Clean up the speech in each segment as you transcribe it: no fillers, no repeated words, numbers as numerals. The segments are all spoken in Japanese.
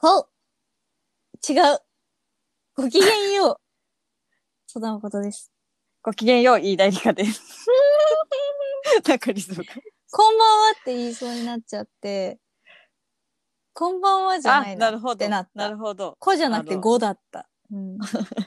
違う。ごきげんよう。戸田誠です。 ごきげんよう、飯田理香です。なんかリズムが。 こんばんはって言いそうになっちゃって、こんばんはじゃないなってなった。 なるほど。 こじゃなくてごだった。うん、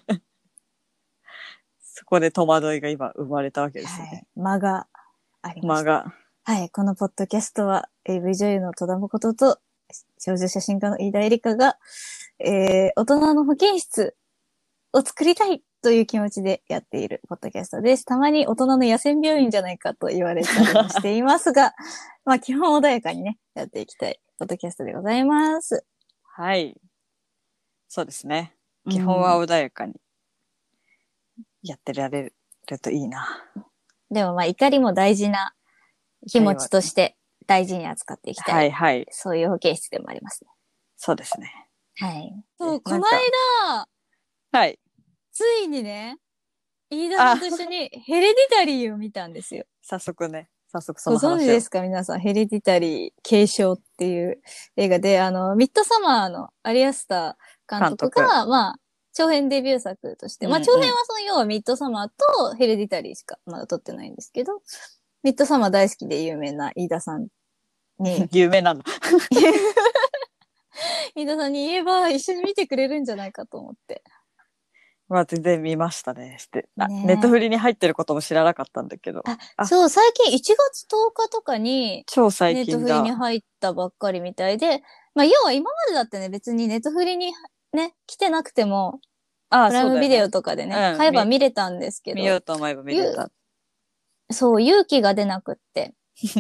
そこで戸惑いが今生まれたわけですね。 はい、間がありました。はい、このポッドキャストは AV 女優の戸田誠と少女写真家の飯田絵梨香が、大人の保健室を作りたいという気持ちでやっているポッドキャストです。たまに大人の野戦病院じゃないかと言われたりもしていますが、まあ基本穏やかにね、やっていきたいポッドキャストでございます。 はい。そうですね。基本は穏やかにやってられるといいな。 でもまあ怒りも大事な気持ちとして大事に扱っていきたい。はいはい。そういう保健室でもありますね。 そうですね。 はい。そう、この間、 はい。 ついにね、飯田さんと一緒にヘレディタリーを見たんですよ。 早速その話を。 ご存知ですか皆さん、ヘレディタリー継承っていう映画で、ミッドサマーのアリアスター監督が、まあ、長編デビュー作として、まあ長編はその要はミッドサマーとヘレディタリーしかまだ撮ってないんですけど、ミッドサマー大好きで有名な飯田さんに。 有名なの。 飯田さんに言えば一緒に見てくれるんじゃないかと思って。 まあ全然見ましたね。ネットフリに入ってることも知らなかったんだけど。 そう、最近1月10日とかに、 超最近だ。 ネットフリに入ったばっかりみたいで、まあ要は今までだってね、別にネットフリにね、来てなくても、プライムビデオとかでね、買えば見れたんですけど。 見ようと思えば見れた。 そう、勇気が出なくって。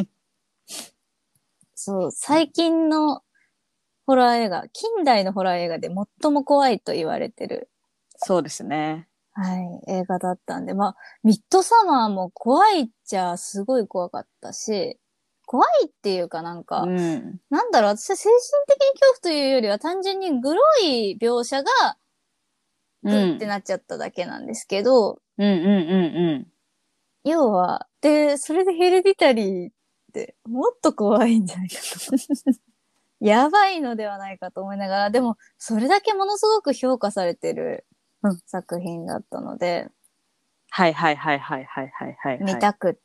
そう、最近のホラー映画、近代のホラー映画で最も怖いと言われてる。 そうですね。 はい、映画だったんで、まあ、ミッドサマーも怖いっちゃすごい怖かったし、怖いっていうかなんか、なんだろう、私は精神的に恐怖というよりは単純にグロい描写が、グッってなっちゃっただけなんですけど、要は、で、それでヘレディタリーってもっと怖いんじゃないかと。やばいのではないかと思いながら、でも、それだけものすごく評価されてる作品だったので、 はい。 見たくって、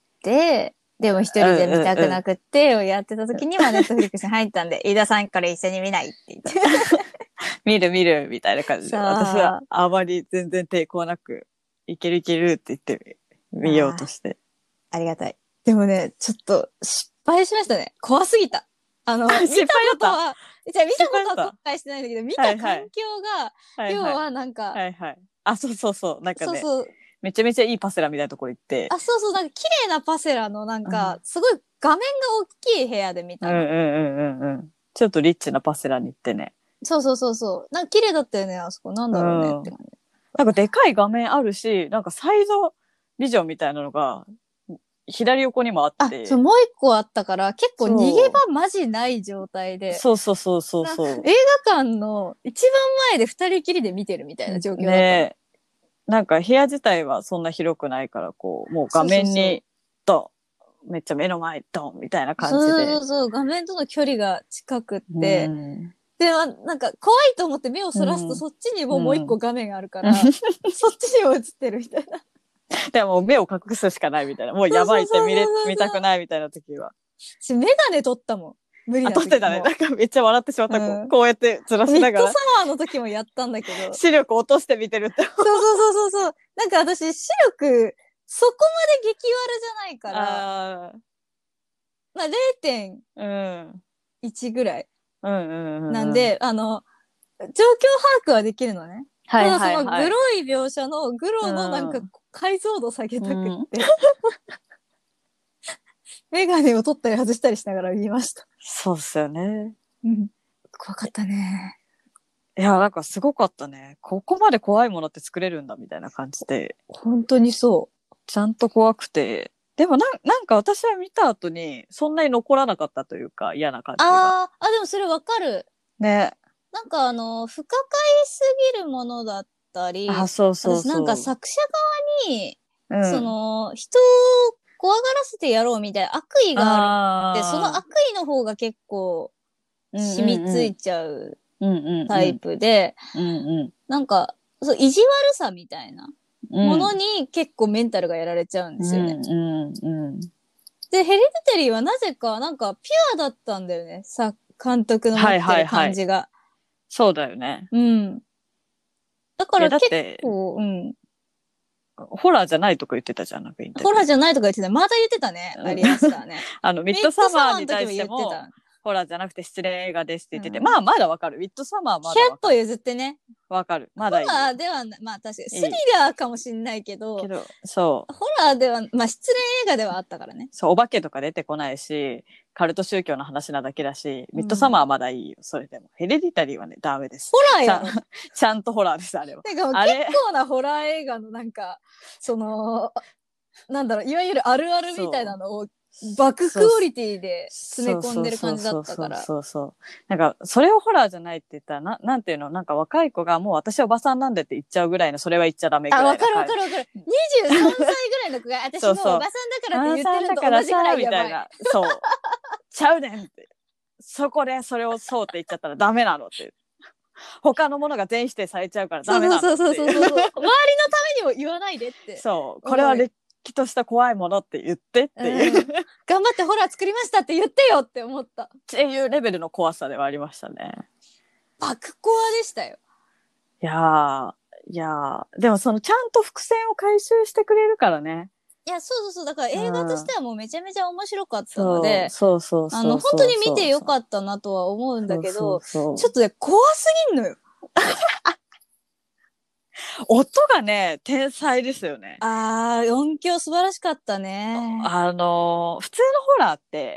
でも一人で見たくなくってをやってた時にはネットフリックスに入ったんで、飯田さんこれ一緒に見ないって言って。 見るみたいな感じで。私はあまり全然抵抗なく、いけるって言って見ようとして。 ありがたい。でもね、ちょっと失敗しましたね。怖すぎた。 失敗だった。 見たことは後悔してないんだけど、見た環境が、要はなんか、 そう。なんかね、めちゃめちゃいいパセラみたいなところ行って。 なんか綺麗なパセラのなんか、すごい画面が大きい部屋で見たの。 ちょっとリッチなパセラに行ってね。 そう。なんか綺麗だったよね、あそこ。なんだろうねって感じ。 なんかでかい画面あるし、なんかサイドビジョンみたいなのが、左横にもあって。 そう、もう一個あったから、結構逃げ場マジない状態で。 そう。 映画館の一番前で二人きりで見てるみたいな状況だった。ね。 なんか部屋自体はそんな広くないから、こう、もう画面に、めっちゃ目の前、ドンみたいな感じで。 そう、画面との距離が近くって、で、なんか怖いと思って目をそらすと、そっちにもう一個画面があるから、そっちにも映ってるみたいな。 でも目を隠すしかないみたいな。もうやばいって見たくないみたいな時は。 メガネ取ったもん。無理な時。 撮ってたね。なんかめっちゃ笑ってしまった。こうやってずらしながら。 ミッドサマーの時もやったんだけど。 視力落として見てるって。 そう。なんか私、視力、そこまで激悪じゃないから、まあ0.1ぐらい。なんで、状況把握はできるのね。ただそのグロい描写のグロのなんか解像度下げたくって。メガネを取ったり外したりしながら見ました。 そうっすよね。 怖かったね。 いや、なんかすごかったね。ここまで怖いものって作れるんだみたいな感じで。 本当にそう。 ちゃんと怖くて。でもなんか私は見た後にそんなに残らなかったというか嫌な感じが。 でもそれわかる。 ね。 なんか不可解すぎるものだったり。 そう。 私なんか作者側に、人を怖がらせてやろうみたいな悪意があるって、その悪意の方が結構染みついちゃうタイプで、なんか、そう、意地悪さみたいなものに結構メンタルがやられちゃうんですよね。で、ヘレディタリーはなぜか、なんかピュアだったんだよね。監督の持ってる感じが。 そうだよね。 だから結構、 ホラーじゃないとか言ってたじゃん、なんかインタビュー。 ホラーじゃないとか言ってた。まだ言ってたね、アリアスターね。 ミッドサマーに対しても、ホラーじゃなくて失礼映画ですって言ってて、まあまだわかる。ミッドサマーはまだわかる。 100歩譲ってね。 わかる。まだいい。 ホラーでは、まあ確かに、スリラーかもしんないけど、 そう。 ホラーでは、まあ失礼映画ではあったからね。 そう、お化けとか出てこないし、カルト宗教の話なだけだし、ミッドサマーはまだいいよ、それでも。ヘレディタリーはね、ダメです。 ホラーやろ。 ちゃんとホラーです、あれは。 なんかもう結構なホラー映画のなんか、なんだろう、いわゆるあるあるみたいなのを、バッククオリティで詰め込んでる感じだったから。 そう。なんか、それをホラーじゃないって言ったら、なんていうの、なんか若い子がもう私おばさんなんでって言っちゃうぐらいの、それは言っちゃダメぐらいの。 わかる。23歳ぐらいの子が、私もうおばさんだからって言ってるのと同じぐらいやばい。みたいな。 そう。ちゃうねんって。そこでそれをそうって言っちゃったらダメなのって。他のものが全否定されちゃうからダメなのって。 そう。周りのためにも言わないでって。 そう。これはれっきとした怖いものって言ってっていう、 頑張ってホラー作りましたって言ってよって思った。 っていうレベルの怖さではありましたね。 爆コアでしたよ。 いやでもちゃんと伏線を回収してくれるからね。 いや、そう。だから映画としてはもうめちゃめちゃ面白かったので、 そう。 本当に見てよかったなとは思うんだけど、ちょっとね、怖すぎんのよ。 音がね、天才ですよね。 音響素晴らしかったね。 普通のホラーって、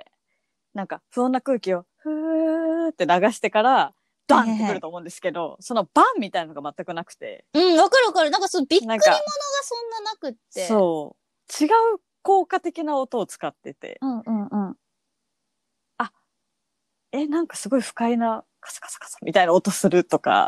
なんか不穏な空気をふーって流してからバンってくると思うんですけど、そのバンみたいなのが全くなくて。 わかる。なんかそのびっくりものがそんななくって。 そう。違う効果的な音を使ってて。なんかすごい不快なカサカサカサみたいな音するとか。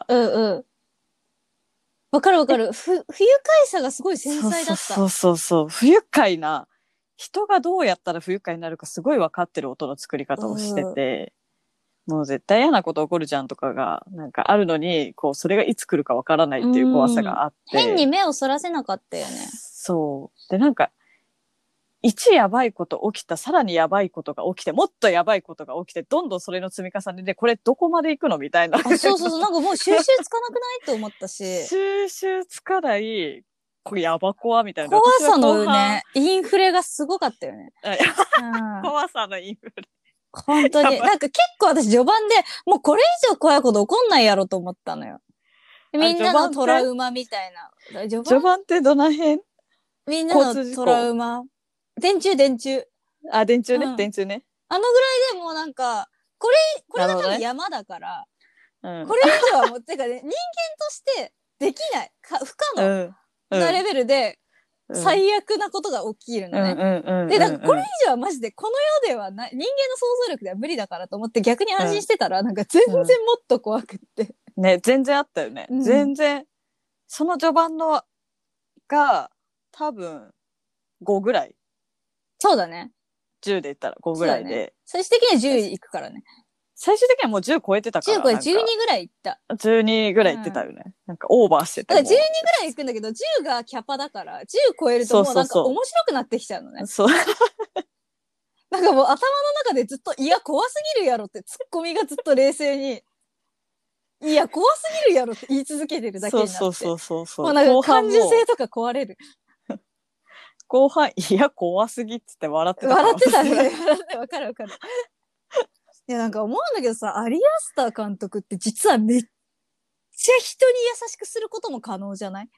わかる。不愉快さがすごい繊細だった。 そう。不愉快な、人がどうやったら不愉快になるかすごい分かってる音の作り方をしてて、もう絶対嫌なこと起こるじゃんとかがなんかあるのに、こうそれがいつ来るか分からないっていう怖さがあって。 変に目をそらせなかったよね。 そう。でなんか、1やばいこと起きた、さらにやばいことが起きて、もっとやばいことが起きて、どんどんそれの積み重ねで、これどこまで行くのみたいな。 そう。なんかもう収集つかなくないと思ったし。 収集つかない、これやば怖みたいな。 怖さのね、インフレがすごかったよね。 怖さのインフレ。 本当に。なんか結構私序盤で、もうこれ以上怖いこと起こんないやろと思ったのよ。みんなのトラウマみたいな。 序盤ってどの辺？ みんなのトラウマ。電柱。 電柱ね、電柱ね。 あのぐらいでもうなんか、これが多分山だから、これ以上はもう、てかね、人間としてできない、不可能なレベルで、最悪なことが起きるのね。で、なんかこれ以上はマジでこの世ではない、人間の想像力では無理だからと思って逆に安心してたら、なんか全然もっと怖くって。 ね、全然あったよね。全然。その序盤のが、多分、5ぐらい。 そうだね。 10で言ったら5ぐらいで。 最終的には10いくからね。 最終的にはもう10超えてたから。 10超え12ぐらいいった。 12ぐらいいってたよね。なんかオーバーしてた。 だから12ぐらいいくんだけど、10がキャパだから、10超えるともうなんか面白くなってきちゃうのね。 そう。 なんかもう頭の中でずっと、いや、怖すぎるやろって、ツッコミがずっと冷静に、いや、怖すぎるやろって言い続けてるだけになって。 そう。 もうなんか感受性とか壊れる。 後半、いや、怖すぎっつって笑ってた。 笑ってたね。わかる。いや、なんか思うんだけどさ、アリアスター監督って実はめっちゃ人に優しくすることも可能じゃない？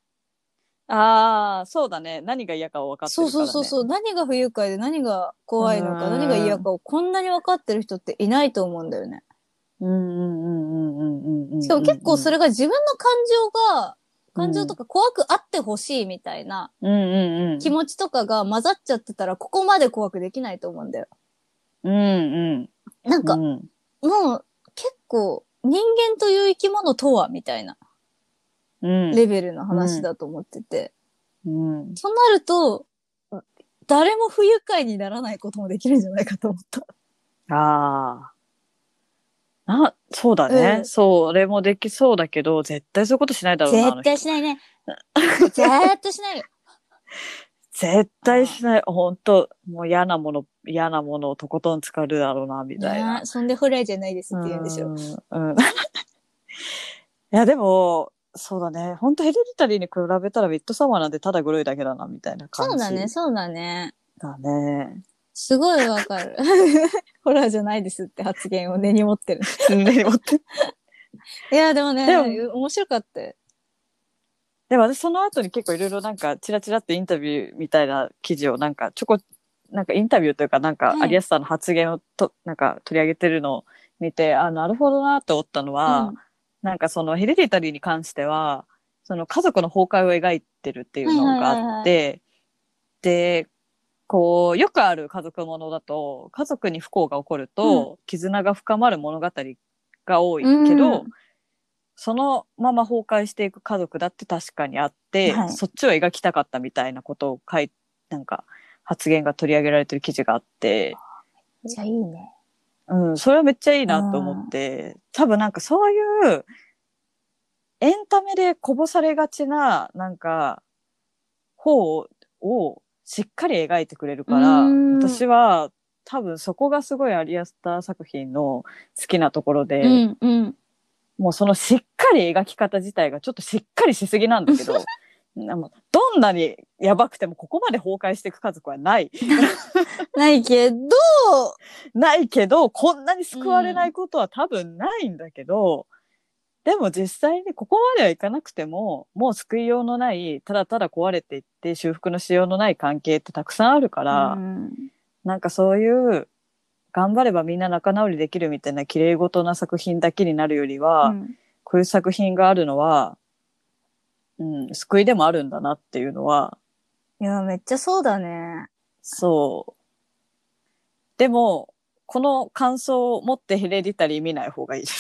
そうだね。何が嫌かを分かってるからね。 そう。何が不愉快で何が怖いのか、何が嫌かをこんなに分かってる人っていないと思うんだよね。しかも結構それが自分の感情とか怖くあってほしいみたいな気持ちとかが混ざっちゃってたらここまで怖くできないと思うんだよ。なんか、もう結構人間という生き物とはみたいなレベルの話だと思ってて。そうなると、誰も不愉快にならないこともできるんじゃないかと思った。 そうだね、 うん、 それもできそうだけど、絶対そういうことしないだろうな、 絶対しないね。絶対しないよ。 絶対あしない。本当もう嫌なものをとことん使うだろうな、みたいな。 ねえ、そんでフライじゃないですうって言うんでしょ。 ん。うん。いや、でも、そうだね。本当ヘレディタリーに比べたらミッドサマーなんてただグロいだけだな、みたいなそうだね、 感じそうだね。 だね。 すごいわかる。ホラーじゃないですって発言を根に持ってる。 常に持って。 いや、でもね、 でも、 面白かったよ。 でも私その後に結構いろいろなんかチラチラってインタビューみたいな記事をなんかなんかインタビューというかなんかはい。 アリアスターの発言をなんか取り上げてるのを見て、なるほどなと思ったのは、 うん。 なんかそのヘレディタリーに関しては、その家族の崩壊を描いてるっていうはいはいのがあっはいはい。 て、で、こう、よくある家族ものだと、家族に不幸が起こるうん。 と、絆が深まる物語が多ういけど、 ん。 そのまま崩壊していく家族だって確かにあって、 はい。 そっちを描きたかったみたいなことをなんか発言が取り上げられてる記事があって、 じゃあいいね。 うん、それはめっちゃいいうなと思っん。 て、多分なんかそういうエンタメでこぼされがちな、なんか、方をしっかり描いてくれるうーから、 ん。 私は多分そこがすごいアリアスター作品の好きなところで、 うん。うん。 もうそのしっかり描き方自体がちょっとしっかりしすぎなんだけど、どんなにやばくてもここまで崩壊していく家族はない。 ないけど、 ないけど、こんなにう救われないん。 ことは多分ないんだけど、でも実際にここまではいかなくても、もう救いようのない、ただただ壊れていって修復のしようのない関係ってたくさんあるかうら、 ん。 なんかそういう頑張ればみんな仲直りできるみたいな綺麗事な作品だけになるよりは、 うん。 こういう作品があるのは、うん、救いでもあるんだなっていうのは、 いや、めっちゃそうだね。 そう。でも、この感想を持ってヘレディタリー見ない方がいいです。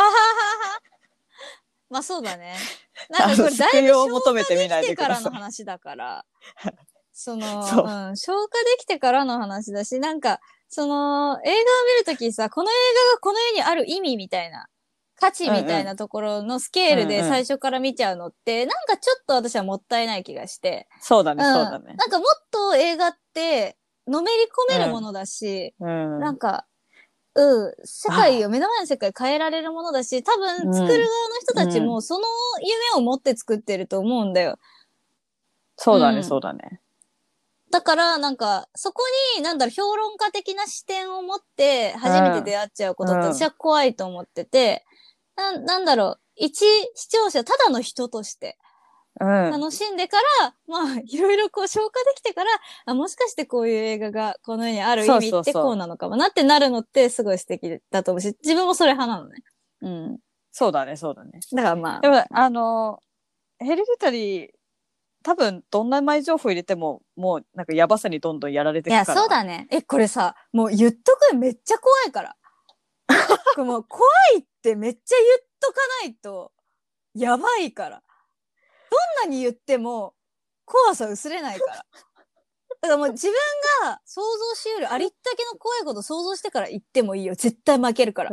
まあそうだね。なんかこれだい救いをぶ消求めてみない化できてでください。 からの話だから、 そう。 消化できてからの話だし、なんか、映画を見るときさ、この映画がこの世にある意味みたいな、価値みたいうんうん。 なところのスケールでうんうん。 最初から見ちゃうのって、なんかちょっと私はもったいない気がして、 そうだね、そうなだね。 んかもっと映画ってのめり込めるもうん。 のだし、 うん。 なんか、うん、世界を、 あ、 目の前の世界変えられるものだし、多分うん。 作る側の人たちうん。 もその夢を持って作ってると思うんだよ。うそうだね、そうん。 だね。 だから、なんか、そこに、なんだろう、評論家的な視点を持ってう初めて出会っちゃうことって私ん。 は怖いと思ってて、なんだろう、一視聴者、ただの人としてうん。 楽しんでから、まあ、いろいろこう消化できてから、もしかしてこういう映画がこの世にある意そう味ってこうそうそう。 なのかもなってなるのってすごい素敵だと思うし、自分もそれ派なのね。うん。 そうだね、そうだね。 だからまあ、 でも、ヘレディタリー、多分、どんな前情報入れても、もう、なんか、やばさにどんどんやられていや、 いくから。 そうだね。これさ、もう言っとくよ、めっちゃ怖いから。これもう怖いってめっちゃ言っとかないと、やばいから。どんなに言っても、怖さ薄れないから。だからもう自分が想像しうるありったけの怖いこと想像してから言ってもいいよ。絶対負けるから。 うん。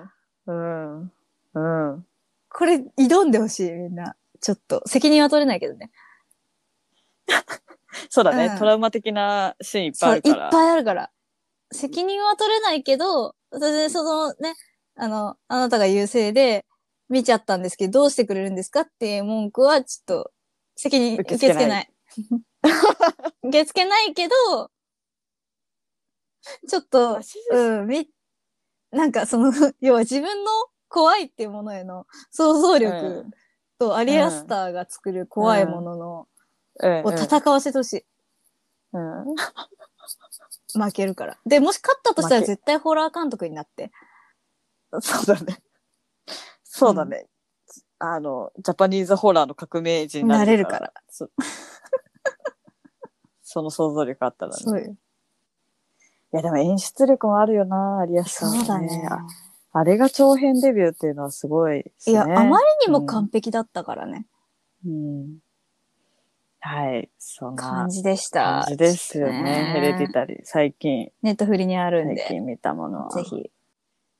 うん。うん。 これ挑んでほしい、みんな。ちょっと。責任は取れないけどね。 そうだね。トうん。 ラウマ的なシーンいっぱいあそう、いっるから。 ぱいあるから。責任は取れないけど、私そのね、あなたが優勢で見ちゃったんですけど、どうしてくれるんですかっていう文句はちょっと責任受け受付けない。 け付けない。受け付けないけど、ちょっまあ、 と、 手術、 うん、なんか要は自分の怖いっていうものへの想像力うん。 とアうリアスん。 ターが作るう怖いもん。 のの、 うん。 をうん。 戦わせてほしい。 うん。 負けるから。で、もし勝ったとしたら負け。 絶対ホラー監督になって。 そうだね。 うん。 そうだね。ジャパニーズホラーの革命児になれるから、 なれるから。 その想像力あったらね。 そうよ。 いや、でも演出力もあるよな、アリアスさんそうだはね。 ね。 あれが長編デビューっていうのはすごいでいや、あますね。 りにもうん。 完璧だったからね。 うん。はい。そんな感じでした。 感じですちょっとよね。ヘレディね。 タリー。最近、 ネットフリにあるんで、 最近見たものは。 ぜひ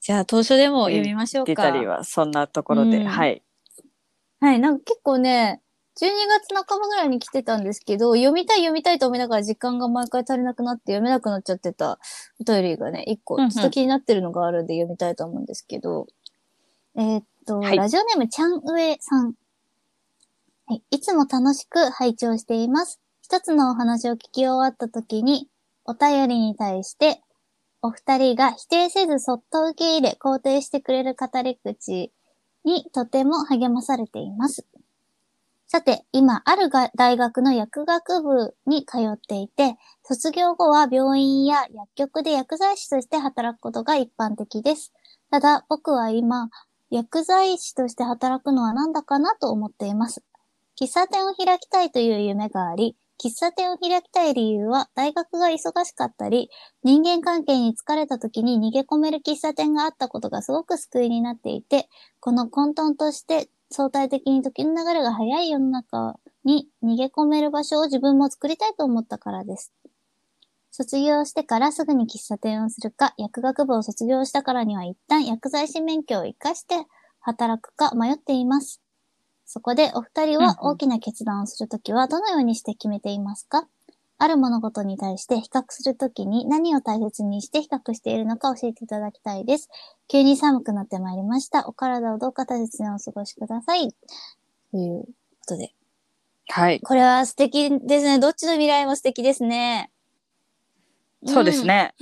じゃあ、当初でも読みましょうか。 出たりは、そんなところで、はい。 はい、なんか結構ね、12月半ばぐらいに来てたんですけど、読みたいと思いながら時間が毎回足りなくなって読めなくなっちゃってたお便りがね、一個、ちょっと気になってるのがあるんで読みたいと思うんですけど、 はい、 ラジオネームちゃんうえさん。はい、いつも楽しく拝聴しています。一つのお話を聞き終わった時に、お便りに対して、お二人が否定せずそっと受け入れ、肯定してくれる語り口にとても励まされています。さて、今、ある大学の薬学部に通っていて、卒業後は病院や薬局で薬剤師として働くことが一般的です。ただ、僕は今、薬剤師として働くのは何だかなと思っています。喫茶店を開きたいという夢があり、喫茶店を開きたい理由は大学が忙しかったり、人間関係に疲れた時に逃げ込める喫茶店があったことがすごく救いになっていて、この混沌として相対的に時の流れが速い世の中に逃げ込める場所を自分も作りたいと思ったからです。卒業してからすぐに喫茶店をするか、薬学部を卒業したからには一旦薬剤師免許を活かして働くか迷っています。そこでお二人は大きな決断をするときはどのようにして決めていますか？ある物事に対して比較するときに何を大切にして比較しているのか教えていただきたいです。急に寒くなってまいりました。お体をどうか大切にお過ごしください。ということで。 はい。 これは素敵ですね。どっちの未来も素敵ですね。 そうですね。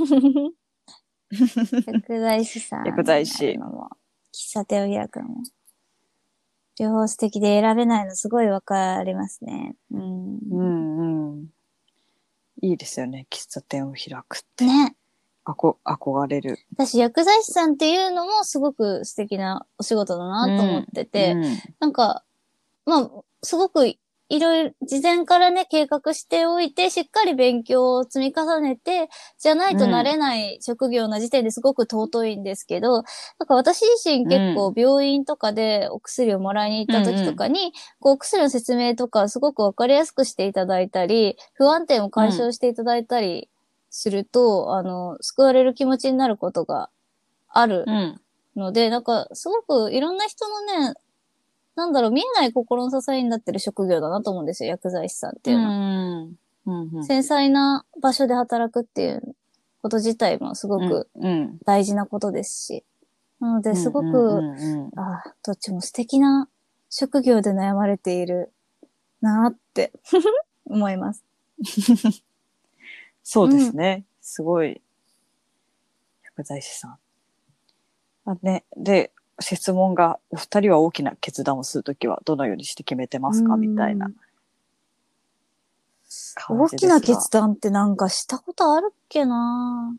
薬剤師さん。 薬剤師。 喫茶店を開くのも。両方素敵で選べないのすごいわかりますね。 うん。いいですよね。喫茶店を開くって。 ね。 憧れる。 私、薬剤師さんっていうのもすごく素敵なお仕事だなと思ってて、なんか、まあ、すごくいろいろ事前からね、計画しておいて、しっかり勉強を積み重ねて、じゃないとなれない職業な時点ですごく尊いんですけど、なんか私自身結構病院とかでお薬をもらいに行った時とかに、こう、お薬の説明とかすごくわかりやすくしていただいたり、不安点を解消していただいたりすると、救われる気持ちになることがあるので、なんかすごくいろんな人のね、なんだろう、見えない心の支えになってる職業だなと思うんですよ、薬剤師さんっていうのは。繊細な場所で働くっていうこと自体もすごく大事なことですし。なので、すごく、どっちも素敵な職業で悩まれているなって思います。 そうですね。すごい。薬剤師さん。で、質問が、お二人は大きな決断をするときはどのようにして決めてますかみたいな感じですが。 大きな決断ってなんかしたことあるっけな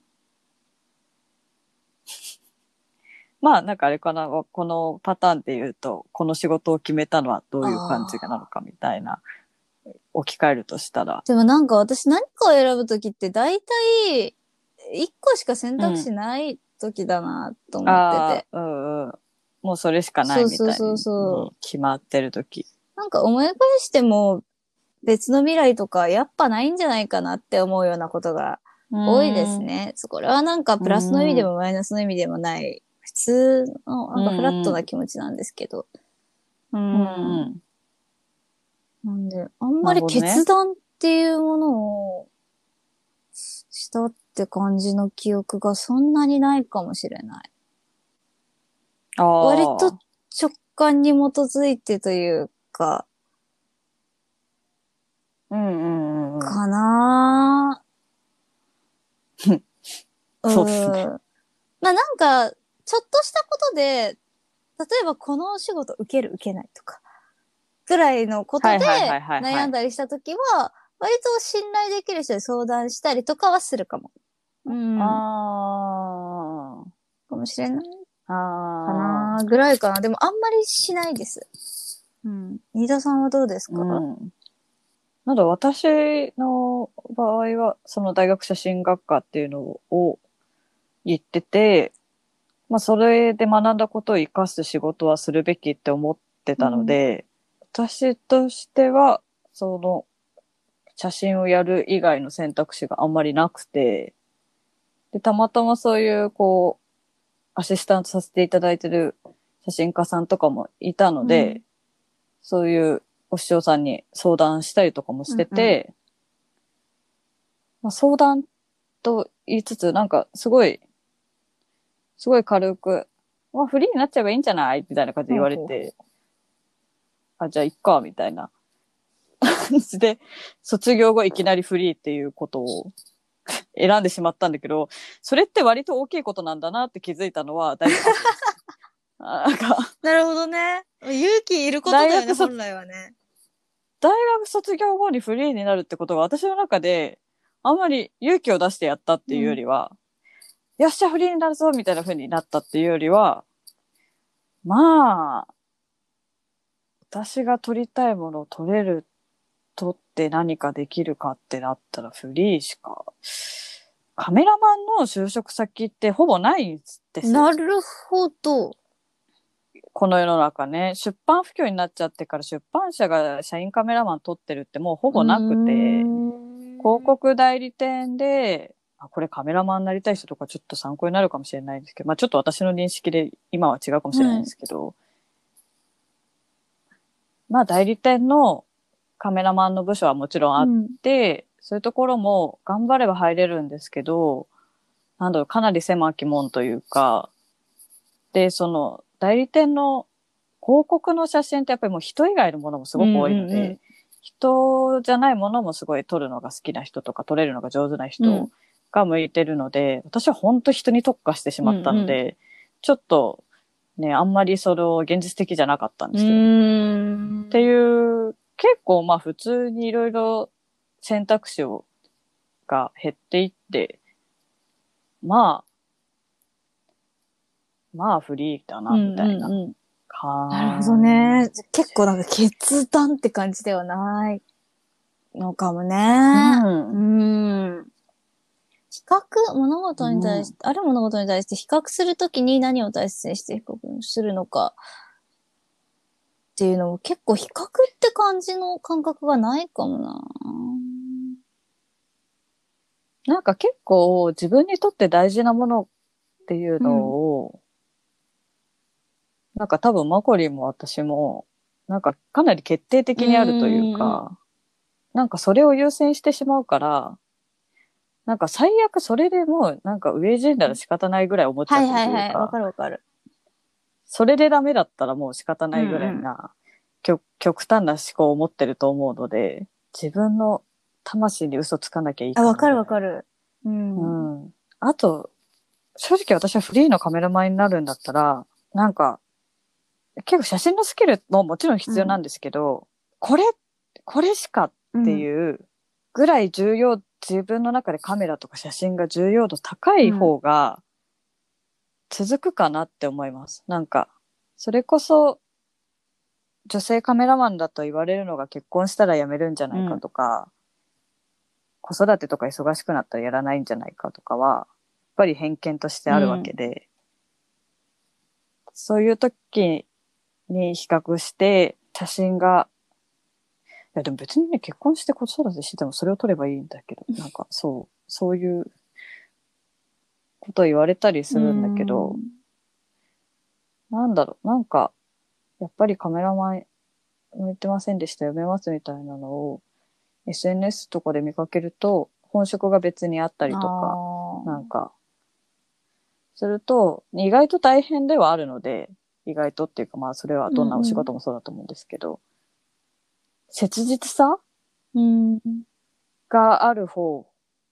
まあ、なんかあれかな、このパターンで言うと、この仕事を決めたのはどういう感じなのかみたいな、置き換えるとしたら。 でもなんか私何かを選ぶときって大体、一個しか選択肢ない時だなと思ってて。 もうそれしかないみたいに決まってる時。 なんか思い返しても別の未来とかやっぱないんじゃないかなって思うようなことが多いですね。これはなんかプラスの意味でもマイナスの意味でもない、普通のなんかフラットな気持ちなんですけど。なんで、あんまり決断っていうものをしたって感じの記憶がそんなにないかもしれない。割と直感に基づいてというか、かなそうですね。 まあなんか、ちょっとしたことで、例えばこのお仕事受ける受けないとか、ぐらいのことで悩んだりしたときは、割と信頼できる人に相談したりとかはするかも。かもしれない。かなぐらいかな。でもあんまりしないです。飯田さんはどうですか？ なんだ私の場合は、その大学写真学科っていうのを言ってて、まあそれで学んだことを活かす仕事はするべきって思ってたので、私としては、その写真をやる以外の選択肢があんまりなくて、で、たまたまそういう、こアシスタントさせていただいてる写真家さんとかもいたので、そういうお師匠さんに相談したりとかもしてて、まあ、相談と言いつつ、なんかすごい軽く、まあフリーになっちゃえばいいんじゃないみたいな感じで言われて、あ、じゃあいっか、みたいな感じで、卒業後いきなりフリーっていうことを選んでしまったんだけど、それって割と大きいことなんだなって気づいたのはだいぶ後です。なんかなるほどね。勇気いることだよね、本来はね。 大学卒業後にフリーになるってことが私の中であんまり勇気を出してやったっていうよりは、よっしゃフリーになるぞみたいな風になったっていうよりは、まあ私が取りたいものを取って何かできるかってなったらフリーしか。カメラマンの就職先ってほぼないんですよ。 なるほど。 この世の中ね、出版不況になっちゃってから出版社が社員カメラマン取ってるってもうほぼなくて、広告代理店で、これカメラマンになりたい人とかちょっと参考になるかもしれないんですけど、まあちょっと私の認識で今は違うかもしれないんですけど、まあ代理店のカメラマンの部署はもちろんあって、そういうところも頑張れば入れるんですけど、なんだろう、かなり狭き門というか、で、その代理店の広告の写真ってやっぱりもう人以外のものもすごく多いので、人じゃないものもすごい撮るのが好きな人とか撮れるのが上手な人が向いてるので、私は本当人に特化してしまったので、ちょっとね、あんまりそれを現実的じゃなかったんですよ。っていう、結構まあ普通にいろいろ選択肢が減っていって、まあフリーだな、みたいな。 なるほどね。結構なんか決断って感じではないのかもね。比較、物事に対して、ある物事に対して比較するときに何を大切にして比較するのかっていうのも結構比較って感じの感覚がないかもな。 なんか結構自分にとって大事なものっていうのを、なんか多分マコリンも私も、なんかかなり決定的にあるというか、なんかそれを優先してしまうから、なんか最悪それでもうなんか飢え死んだら仕方ないぐらい思っちゃってるというか、 はいはいはい、わかるわかる。 それでダメだったらもう仕方ないぐらいな、極端な思考を持ってると思うので、自分の魂に嘘つかなきゃいいかな。 わかるわかる。 あと、正直私はフリーのカメラマンになるんだったら、なんか、結構写真のスキルももちろん必要なんですけど、これしかっていうぐらい自分の中でカメラとか写真が重要度高い方が続くかなって思います。なんか、それこそ女性カメラマンだと言われるのが結婚したら辞めるんじゃないかとか、子育てとか忙しくなったらやらないんじゃないかとかは、やっぱり偏見としてあるわけで、そういう時に比較して写真が、いやでも別にね、結婚して子育てしてもそれを撮ればいいんだけど、なんかそういうことを言われたりするんだけど、なんだろう、なんか、やっぱりカメラマン向いてませんでした、読めますみたいなのを SNS とかで見かけると、本職が別にあったりとか、なんか、すると、意外と大変ではあるので、意外とっていうかまあそれはどんなお仕事もそうだと思うんですけど、切実さがある方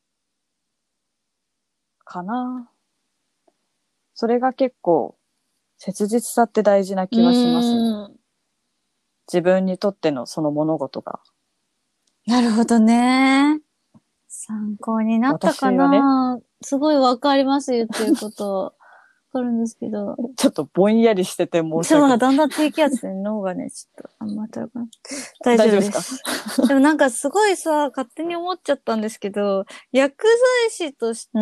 かな。それが結構、切実さって大事な気はしますね。自分にとってのその物事が。 なるほどね。参考になったかな、ね、すごいわかります、言ってること。わかるんですけど。 ちょっとぼんやりしてて申し訳ない。 そう、だんだん低気圧で脳がね、ちょっと、あんま当たるかな。大丈夫です。でもなんかすごいさ、勝手に思っちゃったんですけど、薬剤師として、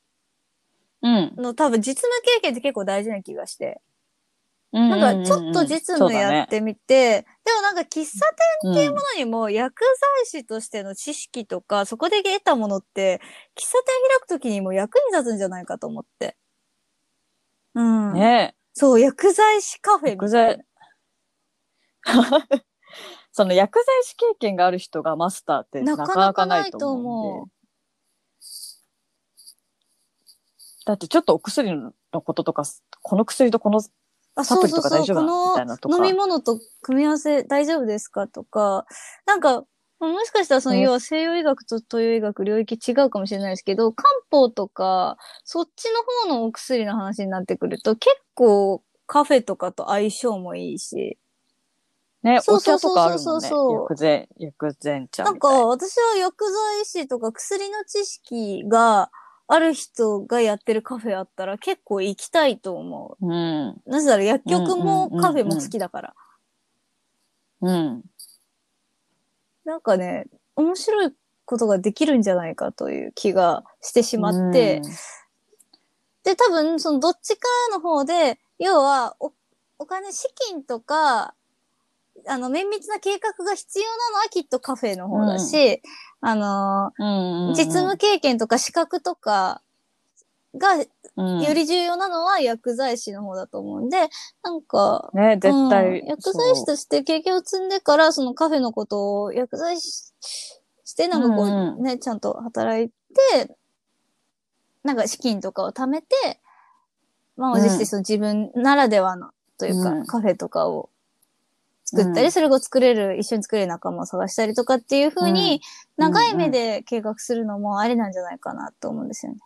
多分実務経験って結構大事な気がして。なんかちょっと実務やってみて、でもなんか喫茶店っていうものにも薬剤師としての知識とか、そこで得たものって、喫茶店開くときにも役に立つんじゃないかと思って。 うん。 ね。 そう、薬剤師カフェみ薬たい剤、その薬剤師経験がある人がマスターってな。 なかなかなないといと思うん思う。 で。だってちょっとお薬のこととか、この薬とこのあ、 サプリとか大そうそうそう。こ丈夫なのみたのいなと飲みか。 物と組み合わせ大丈夫ですかとか、なんか、もしかしたらそのね、 要は西洋医学と東洋医学領域違うかもしれないですけど、漢方とか、そっちの方のお薬の話になってくると結構カフェとかと相性もいいし。 ね、 そうそうお茶とかあそうそうそるもんね。 うそう。 薬膳茶なんか、 みたいな。 私は薬剤師とか薬の知識がある人がやってるカフェあったら結構行きたいと思うん。 う。なぜなら薬うん局もうんうんカフェも好きだから。 うん。うん。 なんかね、面白いことができるんじゃないかという気がしてしまって、 うん。 で、多分、そのどっちかの方で、要はお金、資金とか、綿密な計画が必要なのはきっとカフェの方だし、あの、 うん実務経験とか資格とかがようんり重要なのは薬剤師の方だと思うんで、なんか、 ね、絶対、 薬剤師として経験を積んでから、そのカフェのことを薬剤師して、なんかこうね、ちゃんと働いて、なんか資金とかを貯めて、満を持してその自分ならではのというか、カフェとかを作ったり、それを作れる、一緒に作れる仲間を探したりとかっていう風に、長い目で計画するのもありなんじゃないかなと思うんですよね。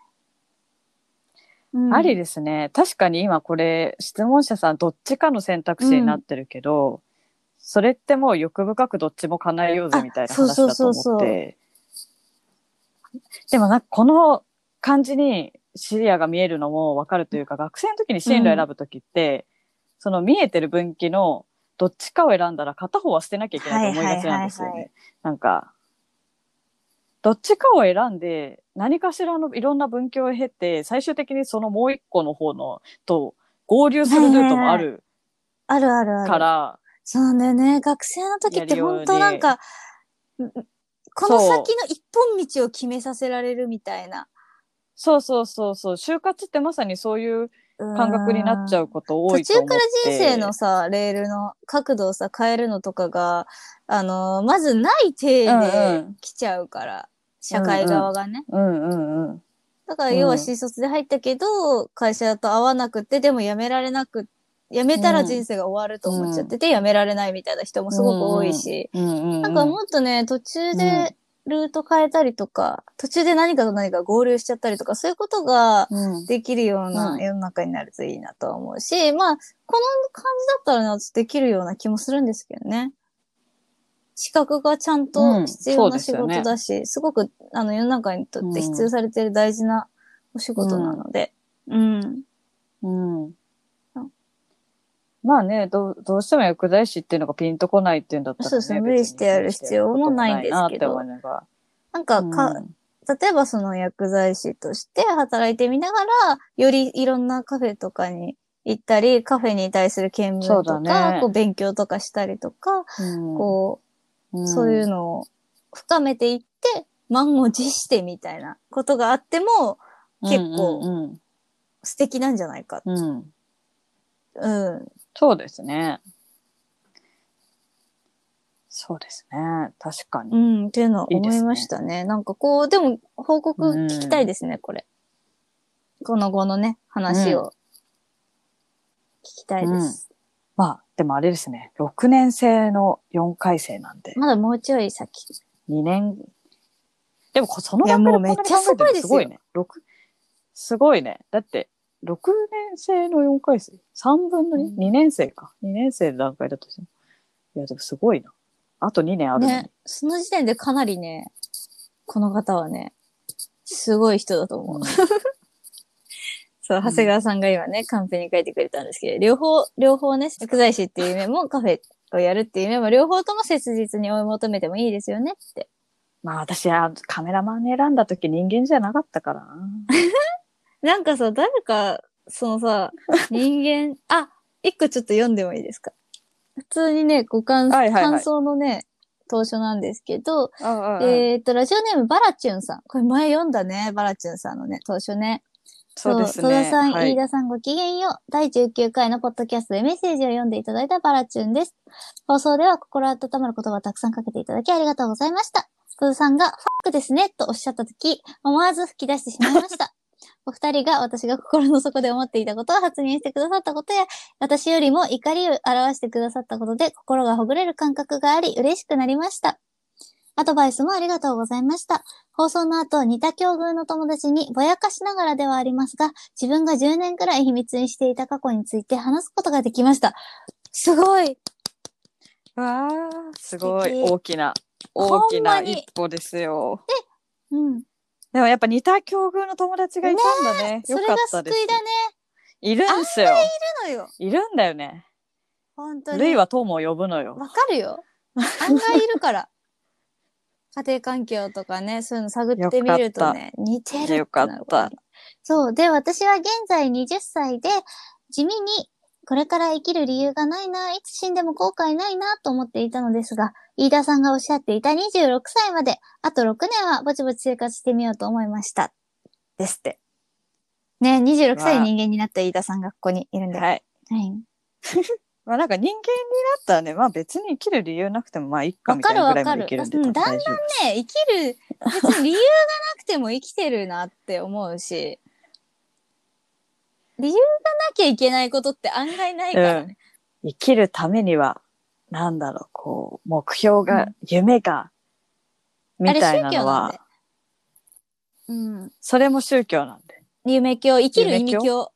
ありですね。確かに今これ、質問者さんどっちかの選択肢になってるけど、それってもう欲深くどっちも叶えようぜみたいな話だと思って。でもなんかこの感じに視野が見えるのもわかるというか、学生の時に進路選ぶ時って、その見えてる分岐のどっちかを選んだら片方は捨てなきゃいけないと思いがちなんですよね。なんか、どっちかを選んで、何かしらのいろんな分岐を経て、最終的にそのもう一個の方のと合流するルートもあるあるあるある。 から、 そうなんだよね。学生の時って本当なんか、この先の一本道を決めさせられるみたいな。 そうそうそうそう。就活ってまさにそういう感覚になっちゃうこと多いと思って。 途中から人生のさ、レールの角度をさ、変えるのとかが、まずない体で来ちゃうから、社会側がね。だから要は新卒で入ったけど、会社と合わなくて、でも辞められなく、辞めたら人生が終わると思っちゃってて、辞められないみたいな人もすごく多いし、なんかもっとね、途中でルート変えたりとか、途中で何かと何か合流しちゃったりとか、そういうことができるような世の中になるといいなと思うし、まあ、この感じだったらできるような気もするんですけどね。資格がちゃんと必要な仕事だし、すごく世の中にとって必要されている大事なお仕事なので。 まあね、どうしても薬剤師っていうのがピンとこないっていうんだったらね。 そうそう、無理してやる必要もないんですけど。なんか例えばその薬剤師として働いてみながら、よりいろんなカフェとかに行ったり、カフェに対する見聞とか、こう勉強とかしたりとか、そういうのを深めていって、満を持してみたいなことがあっても、結構素敵なんじゃないか。 そうですね。そうですね。確かに。 っていうのは思いましたね。なんかこう、でも報告聞きたいですね、これ。この後のね、話を聞きたいです。 まあ、でもあれですね。6年生の4回生なんで。 まだもうちょい先。 2年。でもその段階でこんなに考えてるすごいね。すごいね。だって、6年生の4回生 ?3 分の 2?2 年生か。2年生の段階だとしても。いや、でもすごいな。あと2年あるのに。ね、 その時点でかなりね、この方はね、すごい人だと思う。そう、長谷川さんが今ね、カンペに書いてくれたんですけど、両方ね、薬剤師っていう夢もカフェをやるっていう夢も両方とも切実に追い求めてもいいですよねって。 まあ私はカメラマン選んだ時人間じゃなかったからな。 なんかさ、誰か、そのさ、人間、一個ちょっと読んでもいいですか？普通にね、感想のね、投書なんですけど、ラジオネームバラチュンさん。これ前読んだね、バラチュンさんのね、投書ね。 そうですね。 戸田さん、 はい、 飯田さんごきげんよう。第19回のポッドキャストでメッセージを読んでいただいたバラチュンです。放送では心温まる言葉をたくさんかけていただきありがとうございました。戸田さんがファックですねとおっしゃったとき、思わず吹き出してしまいました。お二人が私が心の底で思っていたことを発言してくださったことや、私よりも怒りを表してくださったことで心がほぐれる感覚があり嬉しくなりました。アドバイスもありがとうございました。放送の後、似た境遇の友達にぼやかしながらではありますが、自分が10年くらい秘密にしていた過去について話すことができました。すごい。 わー、すごい大きな一歩ですよ。 うん。 でもやっぱ似た境遇の友達がいたんだね。よかったです。 それが救いだね。 いるんすよ。 いるのよ。 いるんだよね。 本当に。 ルイは友を呼ぶのよ。 わかるよ。案外いるから。家庭環境とかね、そういうの探ってみるとね、似てるってなるから。 よかった。 そう。で、私は現在20歳で、地味にこれから生きる理由がないな、いつ死んでも後悔ないなと思っていたのですが、飯田さんがおっしゃっていた26歳まで、あと6年はぼちぼち生活してみようと思いました。ですって。ね、26歳人間になった飯田さんがここにいるんで。 はい。 はい。 まあなんか人間になったらね、まあ別に生きる理由なくてもまあいいかみたいなぐらいまでいけるんでだんだんね、生きる、別に理由がなくても生きてるなって思うし、理由がなきゃいけないことって案外ないからね。 生きるためには、なんだろう、こう、目標が、夢が、みたいなのは、 うん。 それも宗教なんで。 夢教、生きる意味教。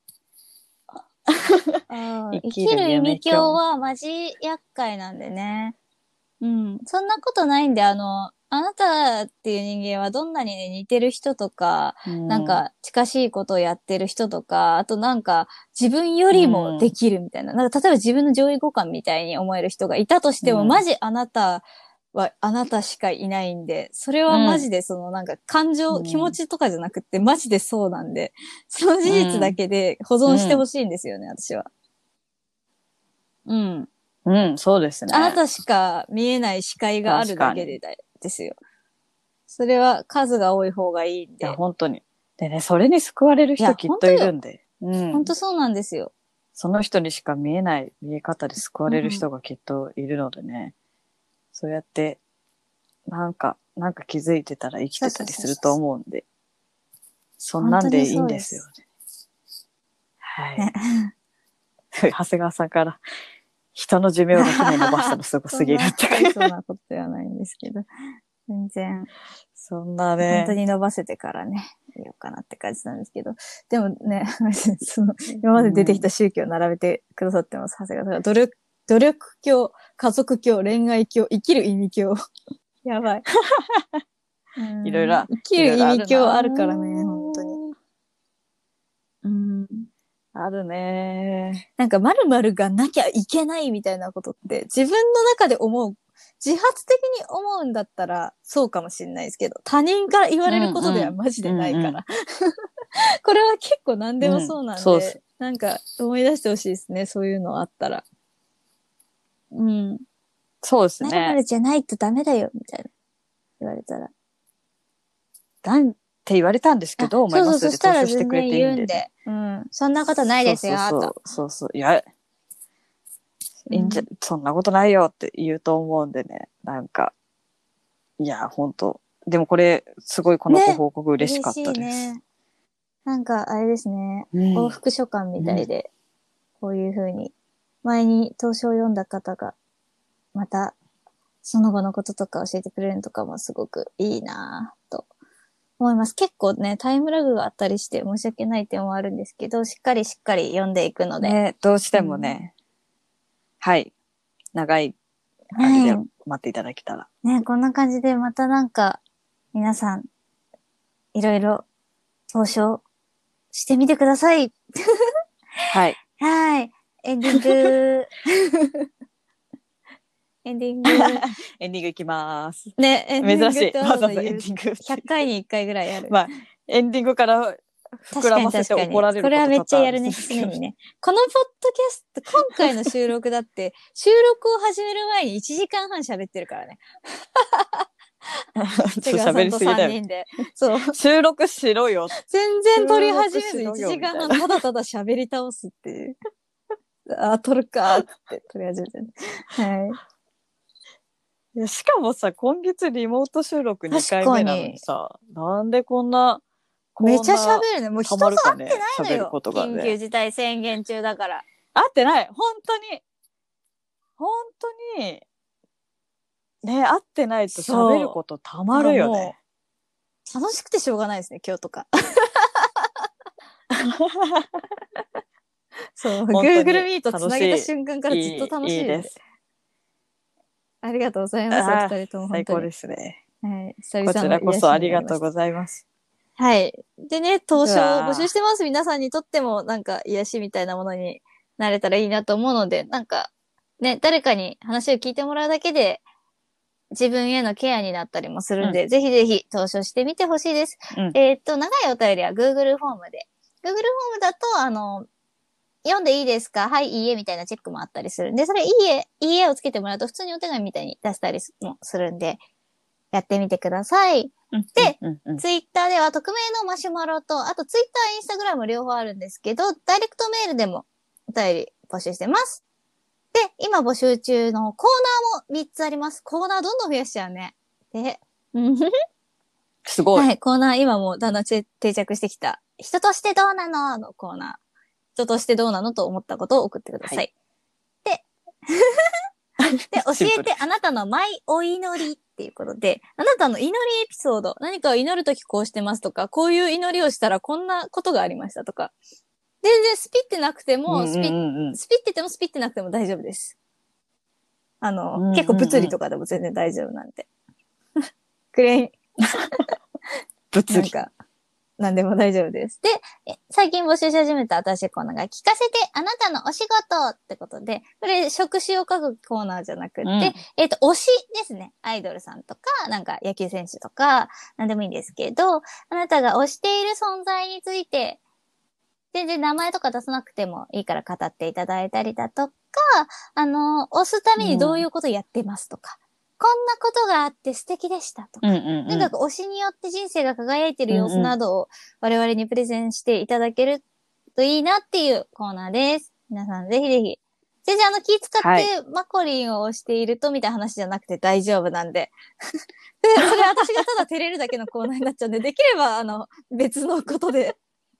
生きる意味教はマジ厄介なんでね。うん。そんなことないんで、あなたっていう人間はどんなにね、似てる人とか、なんか近しいことをやってる人とか、あとなんか自分よりもできるみたいな。なんか例えば自分の上位互換みたいに思える人がいたとしても、マジあなたはあなたしかいないんで、それはマジでそのなんか感情、気持ちとかじゃなくてマジでそうなんで、その事実だけで保存してほしいんですよね、私は。うん。 うん、そうですね。 あなたしか見えない視界があるだけでですよ。それは数が多い方がいいんで。 いや、本当に。でね、それに救われる人きっといるんで。 本当そうなんですよ。 その人にしか見えない見え方で救われる人がきっといるのでね。そうやって、なんか気づいてたら生きてたりすると思うんで。そんなんでいいんですよね。はい。長谷川さんから、人の寿命だけ伸ばしたのすごすぎるって。 そんなことではないんですけど。全然。 そんなね。 本当に伸ばせてからね、いようかなって感じなんですけど。でもね、今まで出てきた宗教を並べてくださってます。長谷川さんが努力教、家族教、恋愛教、生きる意味教。やばい。 いろいろ。 生きる意味教あるからね、本当に。 あるね。 なんか〇〇がなきゃいけないみたいなことって自分の中で思う、自発的に思うんだったらそうかもしれないですけど、他人から言われることではマジでないから。これは結構何でもそうなんで、なんか思い出してほしいですね、そういうのあったら。うん。 そうですね。 〇〇じゃないとダメだよ、みたいな。言われたら。 なんて言われたんですけど、思いますそしたら全然言うんで。うん。そんなことないですよ、 そう。いや、そんなことないよって言うと思うんでね。なんか、いや、ほんと。でもこれ、すごいこのご報告嬉しかったです。嬉しいね。 なんか、あれですね。往復書簡みたいで、こういう風に、前に投書を読んだ方が、また、その後のこととか教えてくれるのとかもすごくいいなぁと思います。結構ね、タイムラグがあったりして申し訳ない点もあるんですけど、しっかり読んでいくので。 ね、どうしてもね、はい。長い、あれで待っていただけたら。 ね、こんな感じでまたなんか、皆さん、いろいろ、投書してみてください。 はい。 はい。エンディング。エンディング。 エンディングいきます。 ね、 エンディング珍しい。わざわざエンディング。 100回に1回ぐらいやる。 まあ、エンディングから膨らませて怒られることこれはめっちゃやるね、常にね。このポッドキャスト、今回の収録だって、収録を始める前に1時間半喋ってるからね。 ちょっと喋りすぎだ 3 よ。 人で。そう。 収録しろよ。 全然撮り始めず1 収録しろよ時間半ただただ喋り倒すっていう。あ、撮るかーって撮り始めてる。はい。 いやしかもさ、今月リモート収録2回目なのにさ、なんでこんなめっちゃ喋るね。もう人と会ってないの喋るよ。 ことがね緊急事態宣言中だから。 合ってない。本当にね、合ってないと喋ることたまるよね。 楽しくてしょうがないですね、今日とか。そう、Google Meet つなげた瞬間からずっと楽しいです。ありがとうございます、お二人とも。 最高ですね。 はい、 こちらこそありがとうございます。 はい。でね、投書を募集してます。皆さんにとってもなんか癒しみたいなものになれたらいいなと思うので、なんかね、誰かに話を聞いてもらうだけで自分へのケアになったりもするんで、ぜひぜひ投書してみてほしいです。長いお便りは Google フォームで。Google フォームだと、読んでいいですか？はい、いいえみたいなチェックもあったりするんで、それいいえをつけてもらうと普通にお手紙みたいに出したりもするんで、やってみてください。で、ツイッターでは匿名のマシュマロと、あとツイッター、インスタグラム両方あるんですけど、ダイレクトメールでもお便り募集してます。で、今募集中のコーナーも3つあります。コーナーどんどん増やしちゃうね。で、 すごい。 はい、コーナー今もだんだん定着してきた。人としてどうなののコーナー。人としてどうなのと思ったことを送ってください。で、教えてあなたのマイお祈りっていうことで、あなたの祈りエピソード、何かを祈るときこうしてますとか、こういう祈りをしたらこんなことがありましたとか、全然スピってなくても、スピっててもスピってなくても大丈夫です。結構物理とかでも全然大丈夫なんで。クレイン。 物理。 なんでも大丈夫です。で、最近募集し始めた新しいコーナーが、聞かせてあなたのお仕事ってことで、これ、職種を書くコーナーじゃなくて、推しですね。アイドルさんとか、なんか野球選手とか、なんでもいいんですけど、あなたが推している存在について、全然名前とか出さなくてもいいから語っていただいたりだとか、推すためにどういうことやってますとか、こんなことがあって素敵でしたとか、なんか推しによって人生が輝いている様子などを我々にプレゼンしていただけるといいなっていうコーナーです。皆さんぜひぜひ。全然気使ってマコリンを推しているとみたいな話じゃなくて大丈夫なんで。で、それ私がただ照れるだけのコーナーになっちゃうんで、できれば別のことで。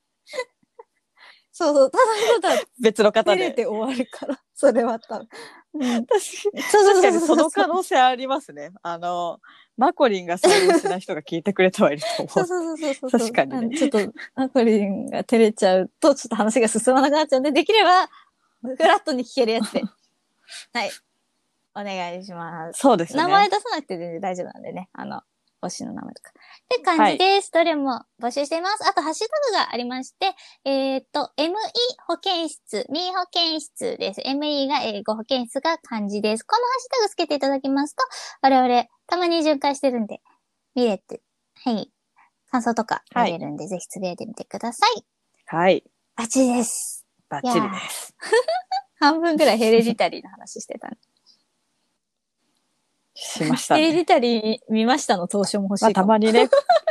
そうそう、ただ別の方で。 照れて終わるから、それは多分。 確かにその可能性ありますね。マコリンが採用しない人が聞いてくれてはいると思う。 そう。 確かにね。 ちょっとマコリンが照れちゃうと、ちょっと話が進まなくなっちゃうんで、できれば、フラットに聞けるやつで。はい。お願いします。 そうですね。 名前出さなくて全然大丈夫なんでね。推しの名前とか。って感じです。どれも募集しています。あと、ハッシュタグがありまして、ME 保健室、ME 保健室です。ME が英語、保健室が漢字です。このハッシュタグつけていただきますと、我々、たまに巡回してるんで、見れて、はい。感想とか見れるんで、ぜひつぶやいてみてください。 はい。 バッチリです。 バッチリです。 半分くらいヘレディタリーの話してたね。 しましたね。 ヘレディタリー見ましたの投書も欲しいかも。 たまにね。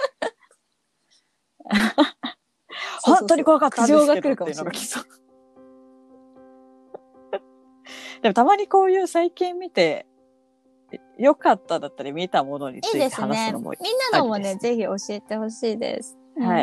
本当に怖かったんですけどっていうのが来そう。でもたまにこういう最近見て良かっただったり見たものについて話すのもいいですね。 みんなのもね、ぜひ教えてほしいです。 はい。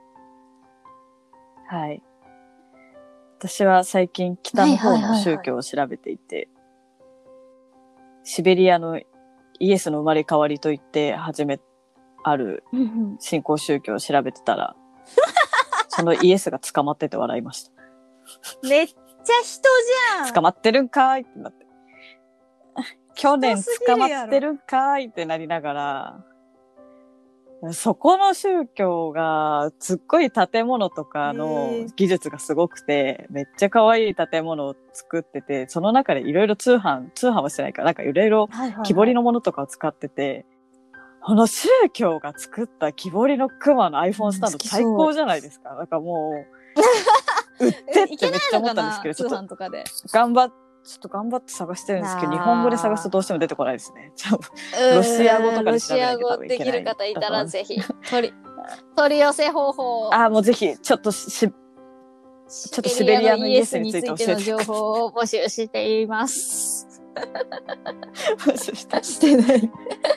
はい。私は最近北の方の宗教を調べていて、シベリアのイエスの生まれ変わりといってある新興宗教を調べてたら、そのイエスが捕まってて笑いました。 めっちゃ人じゃん。 捕まってるんかーいってなって。去年捕まってるんかーいってなりながら、そこの宗教がすっごい建物とかの技術がすごくて、めっちゃ可愛い建物を作ってて、その中でいろいろ通販はしてないから、なんかいろいろ木彫りのものとかを使ってて、この宗教が作った木彫りの熊の iPhone スタンド最高じゃないですか。なんかもう、売ってってめっちゃ思ったんですけど、ちょっと頑張っちょっと頑張って探してるんですけど、 あー日本語で探すとどうしても出てこないですね。ロシア語とかでロ調べなきゃシア語多分いけないできる方いたらぜひ取り寄せ方法を。 ああ、もうぜひ、ちょっとシベリアのイエスについて教えての情報を募集しています。 してしてない。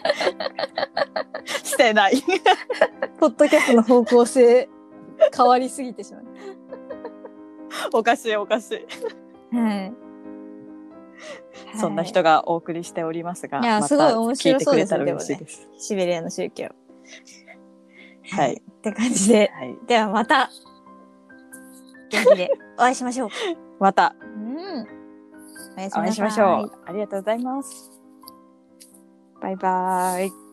してない。 ポッドキャストの方向性変わりすぎてしまう。 おかしいおかしい。 はい。 そんな人がお送りしておりますが、 いや、 またすごい面聞い白そうですよ、 てくれたらでもね嬉しいで。す。 シベリアの宗教。 はいって感じで。 はい。 ではまた、元気でお会いしましょう。 またうん。おやすお会いみなさい。 しましょう。ありがとうございます。バイバイ。